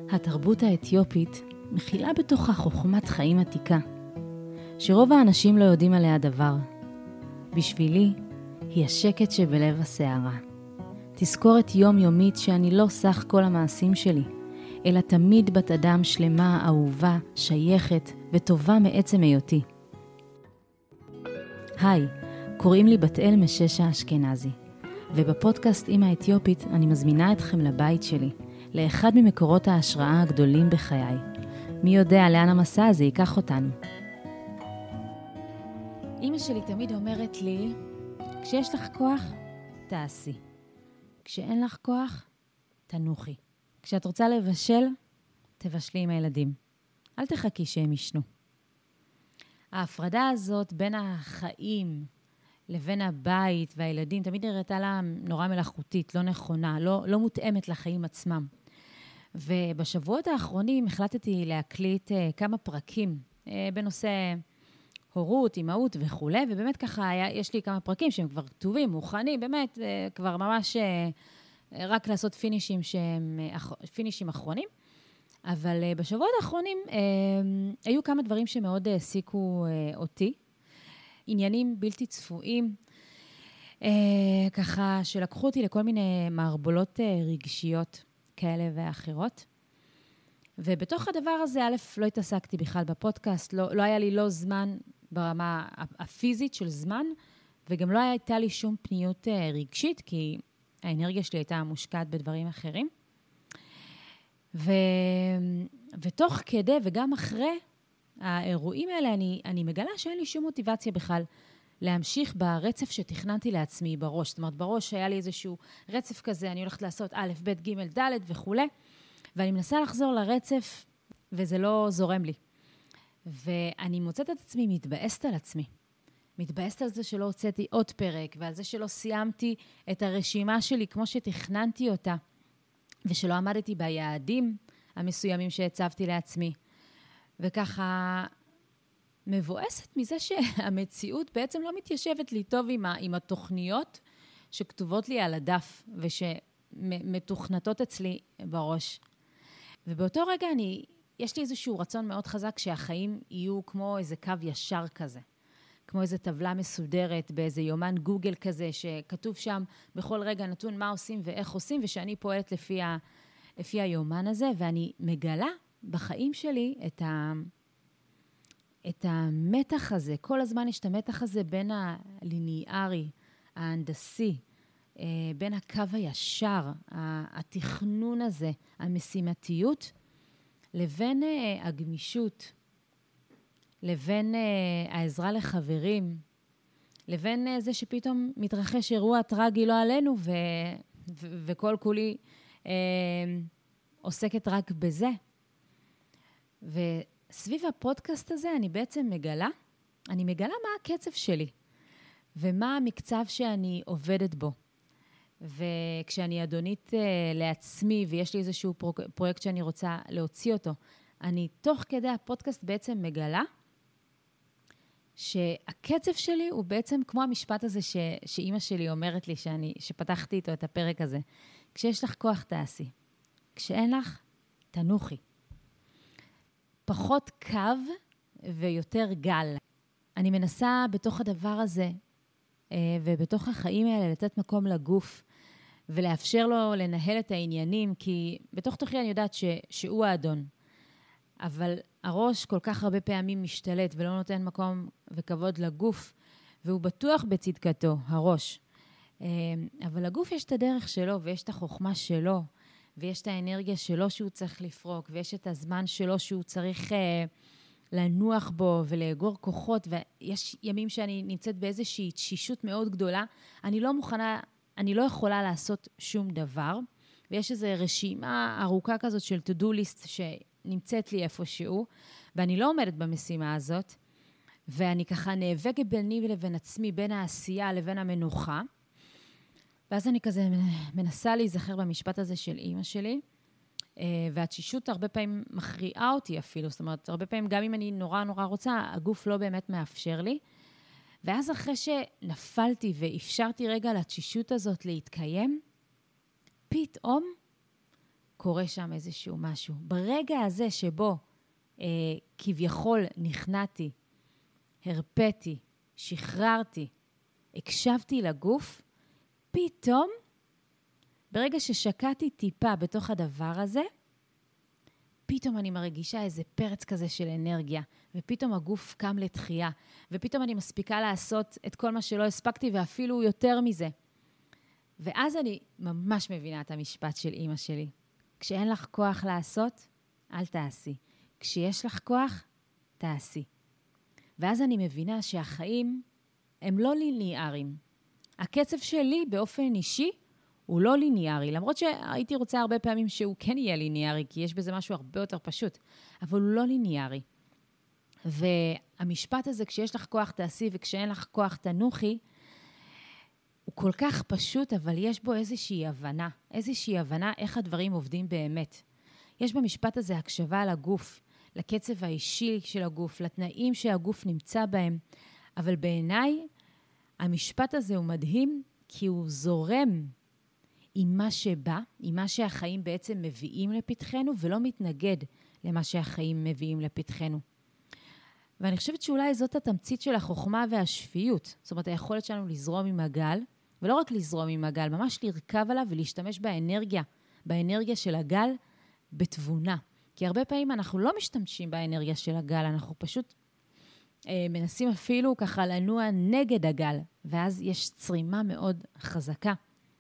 התרבות האתיופית מכילה בתוכה חוכמת חיים עתיקה, שרוב האנשים לא יודעים עליה דבר. בשבילי, היא השקט שבלב הסערה. תזכורת יומיומית שאני לא סך כל המעשים שלי, אלא תמיד בת אדם שלמה, אהובה, שייכת וטובה מעצם היותי. היי, קוראים לי בת אל משש האשכנזי, ובפודקאסט אמא האתיופית אני מזמינה אתכם לבית שלי, לאחד ממקורות ההשראה הגדולים בחיי. מי יודע לאן המסע הזה ייקח אותנו. אמא שלי תמיד אומרת לי, כשיש לך כוח, תעשי. כשאין לך כוח, תנוחי. כשאת רוצה לבשל, תבשלי עם הילדים. אל תחכי שהם ישנו. ההפרדה הזאת בין החיים לבין הבית והילדים תמיד נראתה לה נורא מלאכותית, לא נכונה, לא מותאמת לחיים עצמם. ובשבועות האחרונים החלטתי להקליט כמה פרקים בנושא הורות, אימהות וכו', ובאמת ככה יש לי כמה פרקים שהם כבר כתובים, מוכנים, באמת כבר ממש רק לעשות פינישים שהם פינישים אחרונים. אבל בשבועות האחרונים היו כמה דברים שמאוד העסיקו אותי, עניינים בלתי צפויים, ככה שלקחו אותי לכל מיני מערבולות רגשיות כאלה ואחרות. ובתוך הדבר הזה, א', לא התעסקתי בכלל בפודקאסט, לא היה לי לא זמן ברמה הפיזית של זמן, וגם לא הייתה לי שום פניות רגשית, כי האנרגיה שלי הייתה מושקעת בדברים אחרים. ותוך כדי וגם אחרי האירועים האלה, אני מגלה שאין לי שום מוטיבציה בכלל להמשיך ברצף שתכננתי לעצמי בראש. זאת אומרת, בראש היה לי איזשהו רצף כזה, אני הולכת לעשות א', ב', ג', ד' וכו'. ואני מנסה לחזור לרצף, וזה לא זורם לי. ואני מוצאת את עצמי מתבאסת על עצמי. מתבאסת על זה שלא הוצאתי עוד פרק, ועל זה שלא סיימתי את הרשימה שלי כמו שתכננתי אותה, ושלא עמדתי ביעדים המסוימים שהצבתי לעצמי. וככה מבואסת מזה שהמציאות בעצם לא מתיישבת לי טוב עם התוכניות שכתובות לי על הדף, ושמתוכנתות אצלי בראש. ובאותו רגע יש לי איזשהו רצון מאוד חזק שהחיים יהיו כמו איזה קו ישר כזה. כמו איזו טבלה מסודרת באיזה יומן גוגל כזה, שכתוב שם בכל רגע נתון מה עושים ואיך עושים, ושאני פועלת לפי היומן הזה, ואני מגלה בחיים שלי את המתח הזה. כל הזמן יש את המתח הזה בין הליניארי, ההנדסי, בין הקו הישר, התכנון הזה, המשימתיות, לבין הגמישות, לבין העזרה לחברים, לבין זה שפתאום מתרחש אירוע טרגי לא עלינו, וכל כולי עוסקת רק בזה. וסביב הפודקאסט הזה אני בעצם מגלה מה הקצב שלי, ומה המקצב שאני עובדת בו. וכשאני אדונית לעצמי, ויש לי איזשהו פרויקט שאני רוצה להוציא אותו, אני תוך כדי הפודקאסט בעצם מגלה שהקצב שלי הוא בעצם כמו המשפט הזה שאימא שלי אומרת לי, שפתחתי איתו את הפרק הזה. כשיש לך כוח תעשי, כשאין לך תנוחי. פחות קו ויותר גל. אני מנסה בתוך הדבר הזה ובתוך החיים האלה לתת מקום לגוף ולאפשר לו לנהל את העניינים, כי בתוך תוכי אני יודעת שהוא האדון. אבל הראש כל כך הרבה פעמים משתלט ולא נותן מקום וכבוד לגוף, והוא בטוח בצדקתו, הראש. אבל לגוף יש את הדרך שלו, ויש את החוכמה שלו, ויש את האנרגיה שלו שהוא צריך לפרוק, ויש את הזמן שלו שהוא צריך לנוח בו ולאגור כוחות, ויש ימים שאני נמצאת באיזושהי תשישות מאוד גדולה, אני לא יכולה לעשות שום דבר, ויש איזו רשימה ארוכה כזאת של to-do list שנמצאת לי איפשהו, ואני לא עומדת במשימה הזאת, ואני ככה נאבקת ביני לבין עצמי, בין העשייה לבין המנוחה, ואז אני כזה מנסה להיזכר במשפט הזה של אמא שלי, והתשישות הרבה פעמים מכריעה אותי אפילו, זאת אומרת, הרבה פעמים גם אם אני נורא נורא רוצה, הגוף לא באמת מאפשר לי, ואז אחרי שנפלתי ואפשרתי רגע לתשישות הזאת להתקיים, פתאום קורה שם איזשהו משהו. ברגע הזה שבו כביכול נכנעתי, הרפאתי, שחררתי, הקשבתי לגוף, פתאום, ברגע ששקעתי טיפה בתוך הדבר הזה, פתאום אני מרגישה איזה פרץ כזה של אנרגיה, ופתאום הגוף קם לתחייה, ופתאום אני מספיקה לעשות את כל מה שלא הספקתי, ואפילו יותר מזה. ואז אני ממש מבינה את המשפט של אמא שלי. כשאין לך כוח לעשות, אל תעשי. כשיש לך כוח, תעשי. ואז אני מבינה שהחיים הם לא ליניאריים. הקצב שלי באופן אישי הוא לא ליניארי, למרות שהייתי רוצה הרבה פעמים שהוא כן יהיה ליניארי, כי יש בזה משהו הרבה יותר פשוט, אבל הוא לא ליניארי. והמשפט הזה, כשיש לך כוח תעשי וכשאין לך כוח תנוחי, הוא כל כך פשוט, אבל יש בו איזושהי הבנה איך הדברים עובדים באמת. יש במשפט הזה הקשבה לגוף, לקצב האישי של הגוף, לתנאים שהגוף נמצא בהם, אבל בעיניי המשפט הזה הוא מדהים, כי הוא זורם עם מה שבא, עם מה שהחיים בעצם מביאים לפתחנו, ולא מתנגד למה שהחיים מביאים לפתחנו. ואני חושבת שאולי זאת התמצית של החוכמה והשפיות. זאת אומרת, היכולת שלנו לזרום עם הגל, ולא רק לזרום עם הגל, ממש לרכב עליו ולהשתמש באנרגיה של הגל בתבונה. כי הרבה פעמים אנחנו לא משתמשים באנרגיה של הגל, אנחנו פשוט מנסים אפילו ככה לנוע נגד הגל, ואז יש צרימה מאוד חזקה.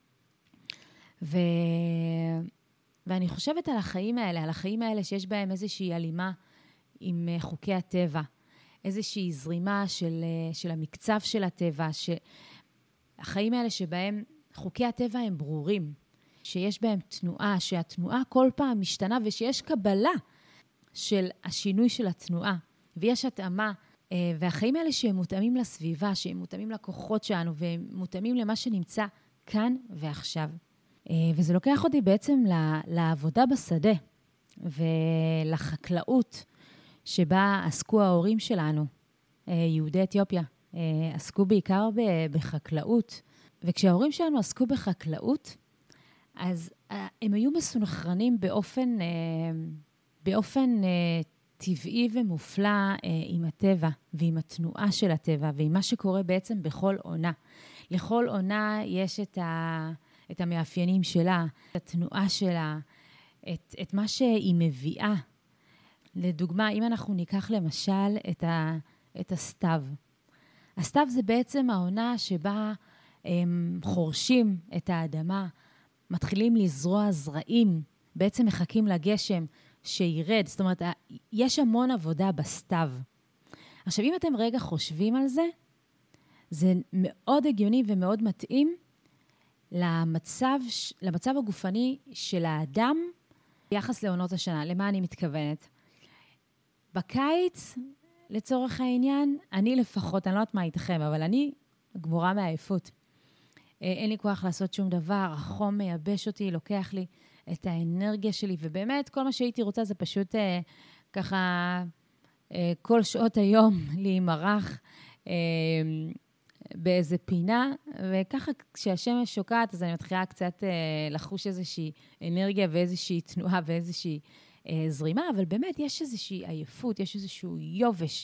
ואני חושבת על החיים האלה שיש בהם איזושהי הלימה עם חוקי הטבע, איזושהי זרימה של המקצב של הטבע, החיים האלה שבהם חוקי הטבע הם ברורים, שיש בהם תנועה, שהתנועה כל פעם משתנה, ושיש קבלה של השינוי של התנועה, ויש התאמה, והחיים האלה שהם מותאמים לסביבה, שהם מותאמים לכוחות שלנו, והם מותאמים למה שנמצא כאן ועכשיו. וזה לוקח אותי בעצם לעבודה בשדה, ולחקלאות שבה עסקו ההורים שלנו, יהודי אתיופיה, עסקו בעיקר בחקלאות, וכשההורים שלנו עסקו בחקלאות, אז הם היו מסונכרנים באופן טבעי ומופלא עם הטבע, ועם התנועה של הטבע, ועם מה שקורה בעצם בכל עונה. לכל עונה יש את המאפיינים שלה, את התנועה שלה, את מה שהיא מביאה. לדוגמה, אם אנחנו ניקח למשל את הסתיו. הסתיו זה בעצם העונה שבה חורשים את האדמה, מתחילים לזרוע זרעים, בעצם מחכים לגשם שירד. זאת אומרת, יש המון עבודה בסתיו. עכשיו, אם אתם רגע חושבים על זה, זה מאוד הגיוני ומאוד מתאים למצב הגופני של האדם ביחס לעונות השנה. למה אני מתכוונת? בקיץ, לצורך העניין, אני לפחות, אני לא יודעת מה איתכם, אבל אני גמורה מהעייפות. אין לי כוח לעשות שום דבר, החום מייבש אותי, לוקח לי את האנרגיה שלי, ובאמת כל מה שהייתי רוצה זה פשוט ככה כל שעות היום להימרח באיזה פינה, וככה כשהשמש שוקעת, אז אני מתחילה קצת לחוש איזושהי אנרגיה ואיזושהי תנועה ואיזושהי זרימה, אבל באמת יש איזושהי עייפות, יש איזשהו יובש.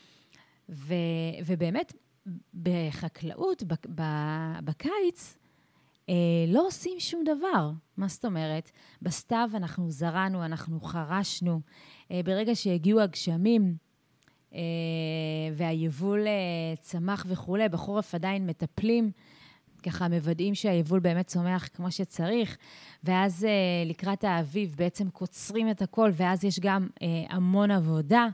ובאמת בחקלאות, בקיץ, לא עושים שום דבר. מה זאת אומרת? בסתיו אנחנו זרענו, אנחנו חרשנו, ברגע שהגיעו הגשמים, והיבול צמח וכו', בחורף עדיין מטפלים, ככה מוודאים שהיבול באמת צומח כמו שצריך, ואז לקראת האביב בעצם קוצרים את הכל, ואז יש גם המון עבודה.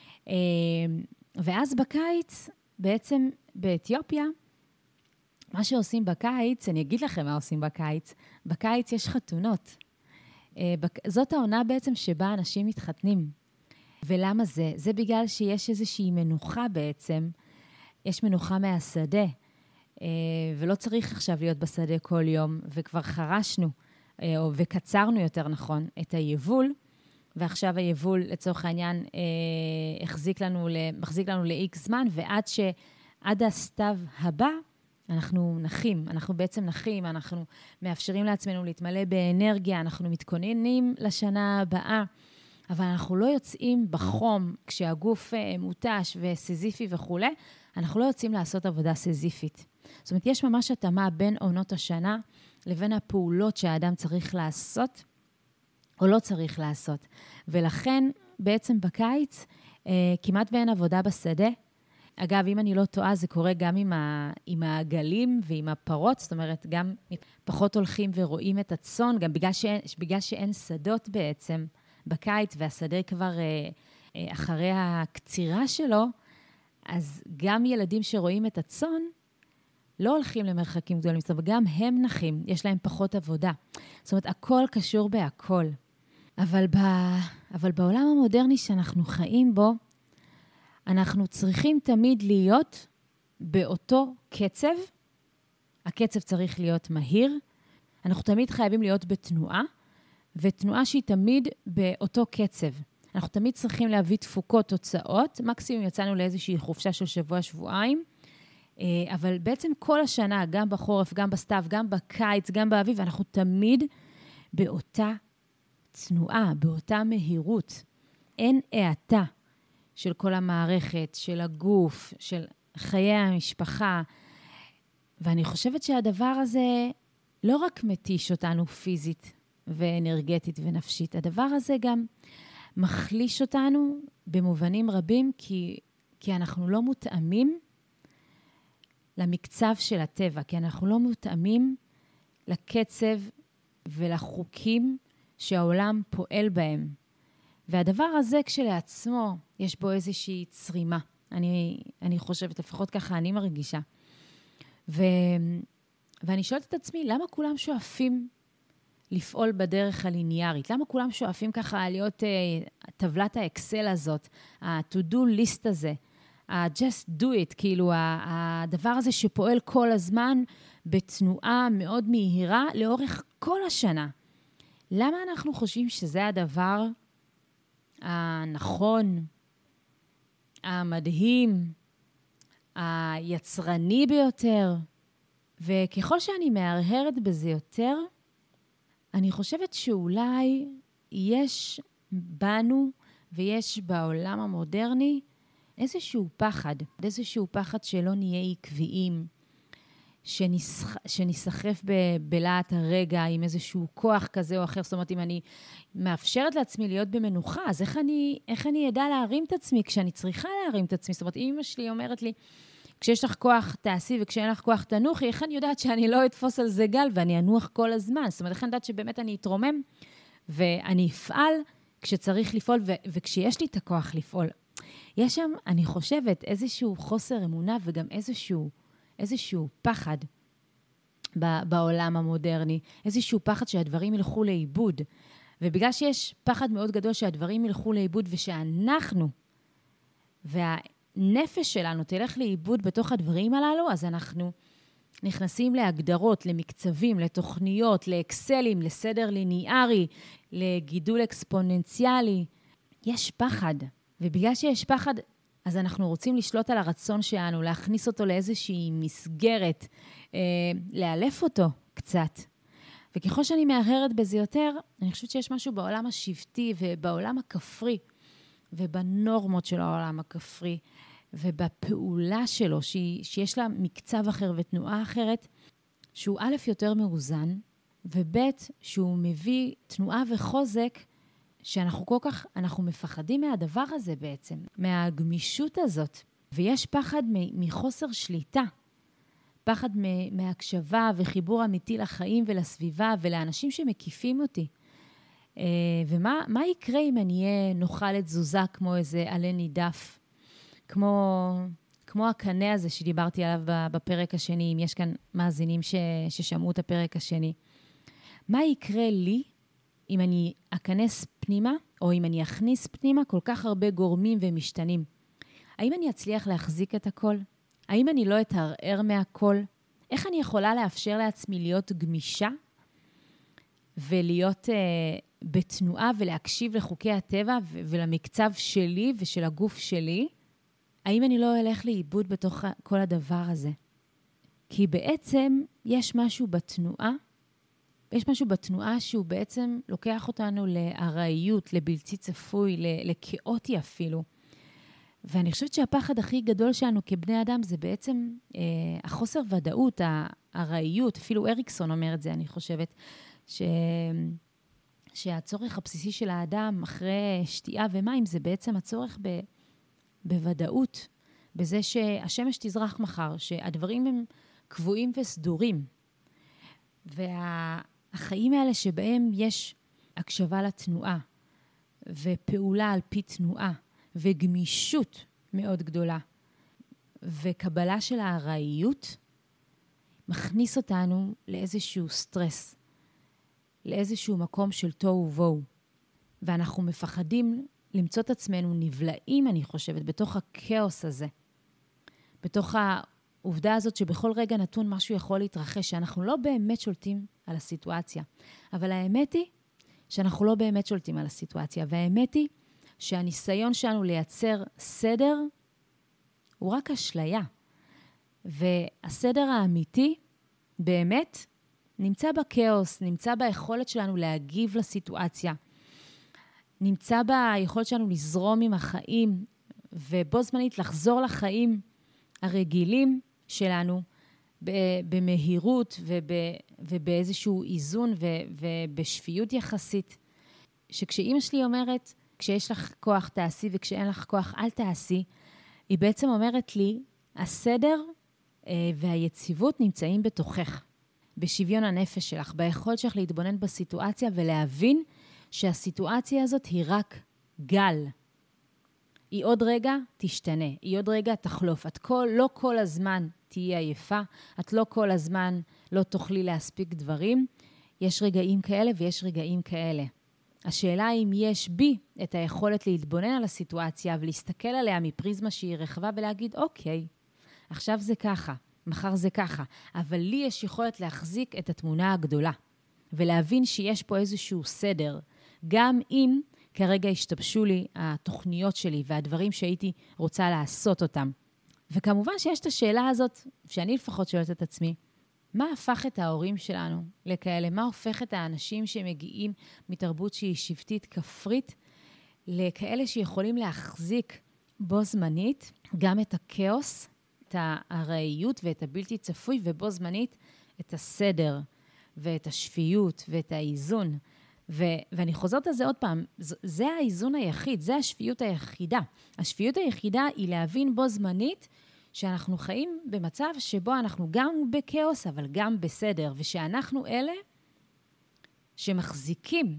ואז בקיץ, בעצם באתיופיה, מה שעושים בקיץ, אני אגיד לכם מה עושים בקיץ, בקיץ יש חתונות. זאת העונה בעצם שבה אנשים מתחתנים. ולמה זה? זה בגלל שיש איזושהי מנוחה בעצם, יש מנוחה מהשדה, ולא צריך עכשיו להיות בשדה כל יום, וכבר חרשנו, וקצרנו יותר נכון, את היבול, ועכשיו היבול לצורך העניין מחזיק לנו ל-X זמן, ועד הסתיו הבא, אנחנו נחים, אנחנו בעצם נחים, אנחנו מאפשרים לעצמנו להתמלא באנרגיה, אנחנו מתכוננים לשנה הבאה, אבל אנחנו לא יוצאים בחום, כשהגוף מותש וסיזיפי וכו', אנחנו לא יוצאים לעשות עבודה סיזיפית. זאת אומרת, יש ממש התאמה בין עונות השנה לבין הפעולות שהאדם צריך לעשות, או לא צריך לעשות. ולכן, בעצם בקיץ, כמעט ואין עבודה בשדה. אגב, אם אני לא טועה, זה קורה גם עם העגלים ועם הפרות, זאת אומרת, גם פחות הולכים ורואים את הצאן, גם בגלל שאין שדות בעצם בקיץ, והשדה כבר אחרי הקצירה שלו, אז גם ילדים שרואים את הצאן, לא הולכים למרחקים גדולים, זאת אומרת, גם הם נחים, יש להם פחות עבודה. זאת אומרת, הכל קשור בהכל. אבל בעולם המודרני שאנחנו חיים בו, אנחנו צריכים תמיד להיות באותו קצב. הקצב צריך להיות מהיר. אנחנו תמיד חייבים להיות בתנועה, ותנועה שהיא תמיד באותו קצב. אנחנו תמיד צריכים להביא תפוקות, תוצאות. מקסימום יצאנו לאיזושהי חופשה של שבוע-שבועיים, אבל בעצם כל השנה, גם בחורף, גם בסתיו, גם בקיץ, גם באביב, אנחנו תמיד באותה תנועה, באותה מהירות. אין האטה של כל המערכת, של הגוף, של חיי המשפחה. ואני חושבת שהדבר הזה לא רק מתיש אותנו פיזית ואנרגטית ונפשית, הדבר הזה גם מחליש אותנו במובנים רבים, כי אנחנו לא מותאמים למקצב של הטבע, כי אנחנו לא מותאמים לקצב ולחוקים שהעולם פועל בהם. והדבר הזה כשלעצמו, יש בו איזושהי צרימה. אני חושבת, לפחות ככה אני מרגישה. ואני שואלת את עצמי, למה כולם שואפים לפעול בדרך הליניארית? למה כולם שואפים ככה להיות טבלת האקסל הזאת, ה-to-do list הזה, ה-just do it, כאילו הדבר הזה שפועל כל הזמן בתנועה מאוד מהירה לאורך כל השנה. למה אנחנו חושבים שזה הדבר הנכון, המדהים, היצרני ביותר? וככל שאני מהרהרת בזה יותר, אני חושבת שאולי יש בנו ויש בעולם המודרני איזשהו פחד שלא נהיה עקביים, שנסחף בלהט הרגע עם איזשהו כוח כזה או אחר. זאת אומרת, אם אני מאפשרת לעצמי להיות במנוחה, אז איך אני אדע להרים את עצמי כשאני צריכה להרים את עצמי? זאת אומרת, אמא שלי אומרת לי, כשיש לך כוח תעשי וכשאין לך כוח תנוחי, איך אני יודעת שאני לא אתפוס על זה גל ואני אנוח כל הזמן? זאת אומרת, איך אני יודעת שבאמת אני אתרומם ואני אפעל כשצריך לפעול וכשיש לי את הכוח לפעול? יש שם, אני חושבת, איזשהו חוסר אמונה וגם איזשהו פחד בעולם המודרני, איזשהו פחד שהדברים ילכו לאיבוד. ובגלל שיש פחד מאוד גדול שהדברים ילכו לאיבוד ושאנחנו והנפש שלנו תלך לאיבוד בתוך הדברים הללו, אז אנחנו נכנסים להגדרות, למקצבים, לתוכניות, לאקסלים, לסדר ליניארי, לגידול אקספוננציאלי. יש פחד, ובגלל שיש פחד, אז אנחנו רוצים לשלוט על הרצון שלנו, להכניס אותו לאיזושהי מסגרת, לאלף אותו קצת. וככל שאני מהרהרת בזה יותר, אני חושבת שיש משהו בעולם השבטי ובעולם הכפרי, ובנורמות של העולם הכפרי, ובפעולה שלו, שיש לה מקצב אחר ותנועה אחרת, שהוא א' יותר מאוזן, וב' שהוא מביא תנועה וחוזק, שאנחנו כל כך, אנחנו מפחדים מהדבר הזה בעצם, מהגמישות הזאת. ויש פחד מחוסר שליטה, פחד מהקשבה וחיבור אמיתי לחיים ולסביבה ולאנשים שמקיפים אותי. ומה יקרה אם אני אהיה נאכל תזוזה כמו איזה עלה נידף, כמו הקנה הזה שדיברתי עליו בפרק השני, אם יש כאן מאזינים ששמעו את הפרק השני. מה יקרה לי אם אני אכנס פנימה, או אם אני אכניס פנימה כל כך הרבה גורמים ומשתנים? האם אני אצליח להחזיק את הכל? האם אני לא אתערער מהכל? איך אני יכולה לאפשר לעצמי להיות גמישה, ולהיות בתנועה ולהקשיב לחוקי הטבע ולמקצב שלי ושל הגוף שלי? האם אני לא אלך לאיבוד בתוך כל הדבר הזה? כי בעצם יש משהו בתנועה שהוא בעצם לוקח אותנו לארעיות, לבלתי צפוי, לכאוטי אפילו. ואני חושבת שהפחד הכי גדול שלנו כבני אדם זה בעצם החוסר ודאות, הארעיות, אפילו אריקסון אומר את זה, אני חושבת, שהצורך הבסיסי של האדם אחרי שתייה ומים זה בעצם הצורך בוודאות, בזה שהשמש תזרח מחר, שהדברים הם קבועים וסדורים. והחיים האלה שבהם יש הקשבה לתנועה, ופעולה על פי תנועה, וגמישות מאוד גדולה, וקבלה של הארעיות, מכניס אותנו לאיזשהו סטרס, לאיזשהו מקום של תוהו ובוהו. ואנחנו מפחדים למצוא את עצמנו נבלעים, אני חושבת, בתוך הכאוס הזה. בתוך העובדה הזאת שבכל רגע נתון משהו יכול להתרחש, שאנחנו לא באמת שולטים על הסיטואציה. אבל האמת היא שאנחנו לא באמת שולטים על הסיטואציה, והאמת היא שהניסיון שלנו לייצר סדר הוא רק אשליה. והסדר האמיתי באמת נמצא בכאוס, נמצא ביכולת שלנו להגיב לסיטואציה, נמצא ביכולת שלנו לזרום עם החיים, ובו זמנית לחזור לחיים הרגילים שלנו, במהירות ובאיזשהו איזון ובשפיות יחסית. שכשאמא שלי אומרת, כשיש לך כוח תעשי וכשאין לך כוח אל תעשי, היא בעצם אומרת לי, הסדר והיציבות נמצאים בתוכך, בשוויון הנפש שלך, ביכולת שלך להתבונן בסיטואציה ולהבין שהסיטואציה הזאת היא רק גל. היא עוד רגע תשתנה, היא עוד רגע תחלוף. לא כל הזמן תהיה עייפה, את לא כל הזמן לא תוכלי להספיק דברים. יש רגעים כאלה ויש רגעים כאלה. השאלה אם יש בי את היכולת להתבונן על הסיטואציה ולהסתכל עליה מפריזמה שהיא רחבה ולהגיד, אוקיי, עכשיו זה ככה, מחר זה ככה, אבל לי יש יכולת להחזיק את התמונה הגדולה ולהבין שיש פה איזשהו סדר, גם אם כרגע השתבשו לי התוכניות שלי והדברים שהייתי רוצה לעשות אותם. וכמובן שיש את השאלה הזאת, שאני לפחות שואלת את עצמי, מה הפך את ההורים שלנו לכאלה? מה הופך את האנשים שמגיעים מתרבות שהיא שבטית כפרית לכאלה שיכולים להחזיק בו זמנית גם את הכאוס, את הארעיות ואת הבלתי צפוי, ובו זמנית את הסדר ואת השפיות ואת האיזון. ואני חוזרת על זה עוד פעם, זה האיזון היחיד, זה השפיות היחידה. השפיות היחידה היא להבין בו זמנית שאנחנו חיים במצב שבו אנחנו גם בכאוס, אבל גם בסדר, ושאנחנו אלה שמחזיקים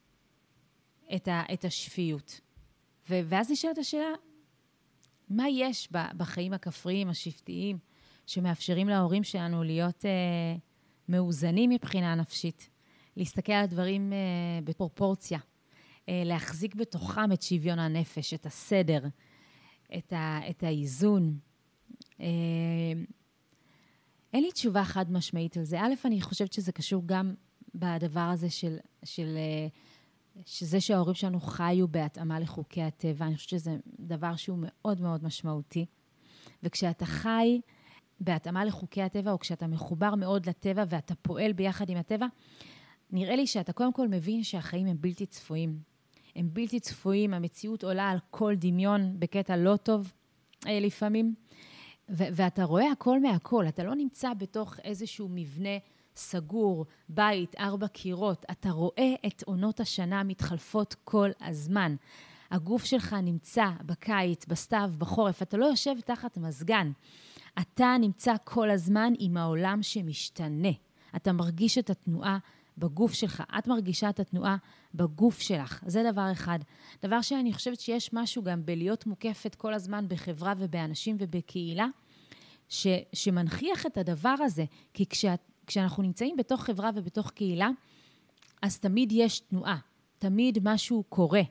את השפיות. ואז נשאלת השאלה, מה יש בחיים הכפריים, השבטיים, שמאפשרים להורים שלנו להיות מאוזנים מבחינה נפשית, להסתכל על הדברים בפרופורציה, להחזיק בתוכם את שוויון הנפש, את הסדר, את האיזון. אין לי תשובה חד משמעית על זה. א', אני חושבת שזה קשור גם בדבר הזה שזה שההורים שלנו חיו בהתאמה לחוקי הטבע. אני חושבת שזה דבר שהוא מאוד מאוד משמעותי. וכשאתה חי בהתאמה לחוקי הטבע, או כשאתה מחובר מאוד לטבע ואתה פועל ביחד עם הטבע, נראה לי שאתה קודם כל מבין שהחיים הם בלתי צפויים. הם בלתי צפויים, המציאות עולה על כל דמיון בקטע לא טוב לפעמים. ואתה רואה הכל מהכל, אתה לא נמצא בתוך איזשהו מבנה סגור, בית, 4 קירות, אתה רואה את עונות השנה מתחלפות כל הזמן. הגוף שלך נמצא בקיץ, בסתיו, בחורף, אתה לא יושב תחת מזגן. אתה נמצא כל הזמן עם העולם שמשתנה. אתה מרגיש את התנועה בגוף שלך, את מרגישה את התנועה בגוף שלך. זה דבר אחד. דבר שאני חושבת שיש משהו גם בלהיות מוקפת כל הזמן בחברה ובאנשים ובקהילה, שמנחיח את הדבר הזה, כי כשאנחנו נמצאים בתוך חברה ובתוך קהילה, אז תמיד יש תנועה, תמיד משהו קורה,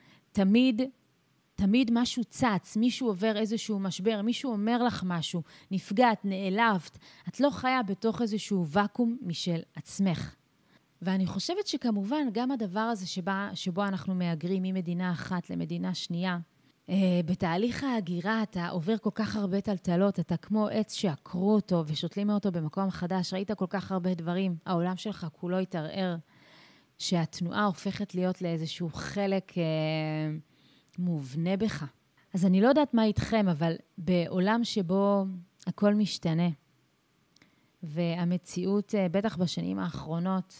תמיד משהו צץ, מישהו עובר איזשהו משבר, מישהו אומר לך משהו, נפגעת, נעלבת, את לא חיה בתוך איזשהו וקום משל עצמך. ואני חושבת שכמובן גם הדבר הזה שבו אנחנו מאגרים ממדינה אחת למדינה שנייה, בתהליך ההגירה אתה עובר כל כך הרבה טלטלות, אתה כמו עץ שעקרו אותו ושותלים אותו במקום חדש, ראית כל כך הרבה דברים, העולם שלך כולו התערער, שהתנועה הופכת להיות לאיזשהו חלק מובנה בך. אז אני לא יודעת מה איתכם, אבל בעולם שבו הכל משתנה, והמציאות, בטח בשנים האחרונות,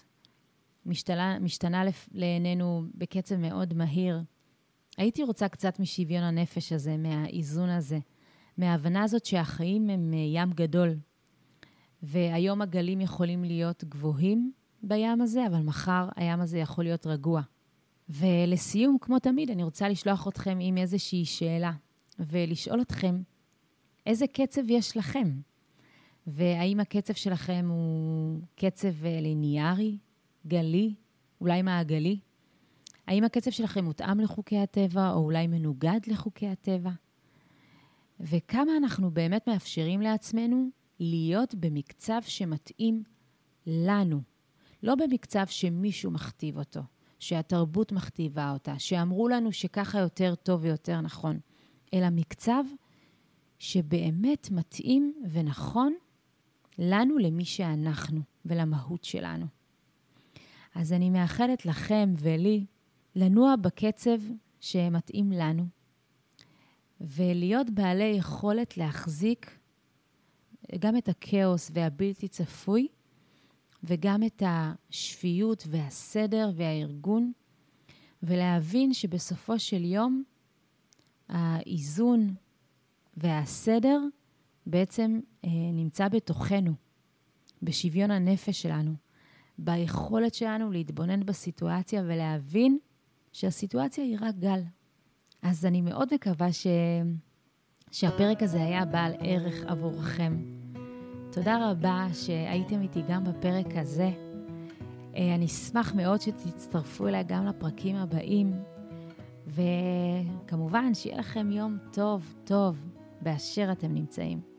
משתנה לעינינו בקצב מאוד מהיר, הייתי רוצה קצת משוויון הנפש הזה, מהאיזון הזה, מההבנה הזאת שהחיים הם ים גדול, והיום הגלים יכולים להיות גבוהים בים הזה, אבל מחר הים הזה יכול להיות רגוע. ולסיום, כמו תמיד, אני רוצה לשלוח אתכם עם איזושהי שאלה, ולשאול אתכם, איזה קצב יש לכם? והאם הקצב שלכם הוא קצב ליניארי, גלי, אולי מעגלי? האם הקצב שלכם מותאם לחוקי הטבע, או אולי מנוגד לחוקי הטבע? וכמה אנחנו באמת מאפשרים לעצמנו להיות במקצב שמתאים לנו, לא במקצב שמישהו מכתיב אותו, שהתרבות מכתיבה אותה, שאמרו לנו שככה יותר טוב ויותר נכון, אלא מקצב שבאמת מתאים ונכון לנו למי שאנחנו ולמהות שלנו. אז אני מאחלת לכם ולי לנוע בקצב שמתאים לנו, ולהיות בעלי יכולת להחזיק גם את הכאוס והבלתי צפוי, וגם את השפיות והסדר והארגון, ולהבין שבסופו של יום האיזון והסדר בעצם נמצא בתוכנו, בשוויון הנפש שלנו, ביכולת שלנו להתבונן בסיטואציה ולהבין שהסיטואציה היא רק גל. אז אני מאוד מקווה שהפרק הזה היה בעל ערך עבורכם. תודה רבה שהייתם איתי גם בפרק הזה. אני אשמח מאוד שתצטרפו אליי גם לפרקים הבאים, וכמובן שיהיה לכם יום טוב באשר אתם נמצאים.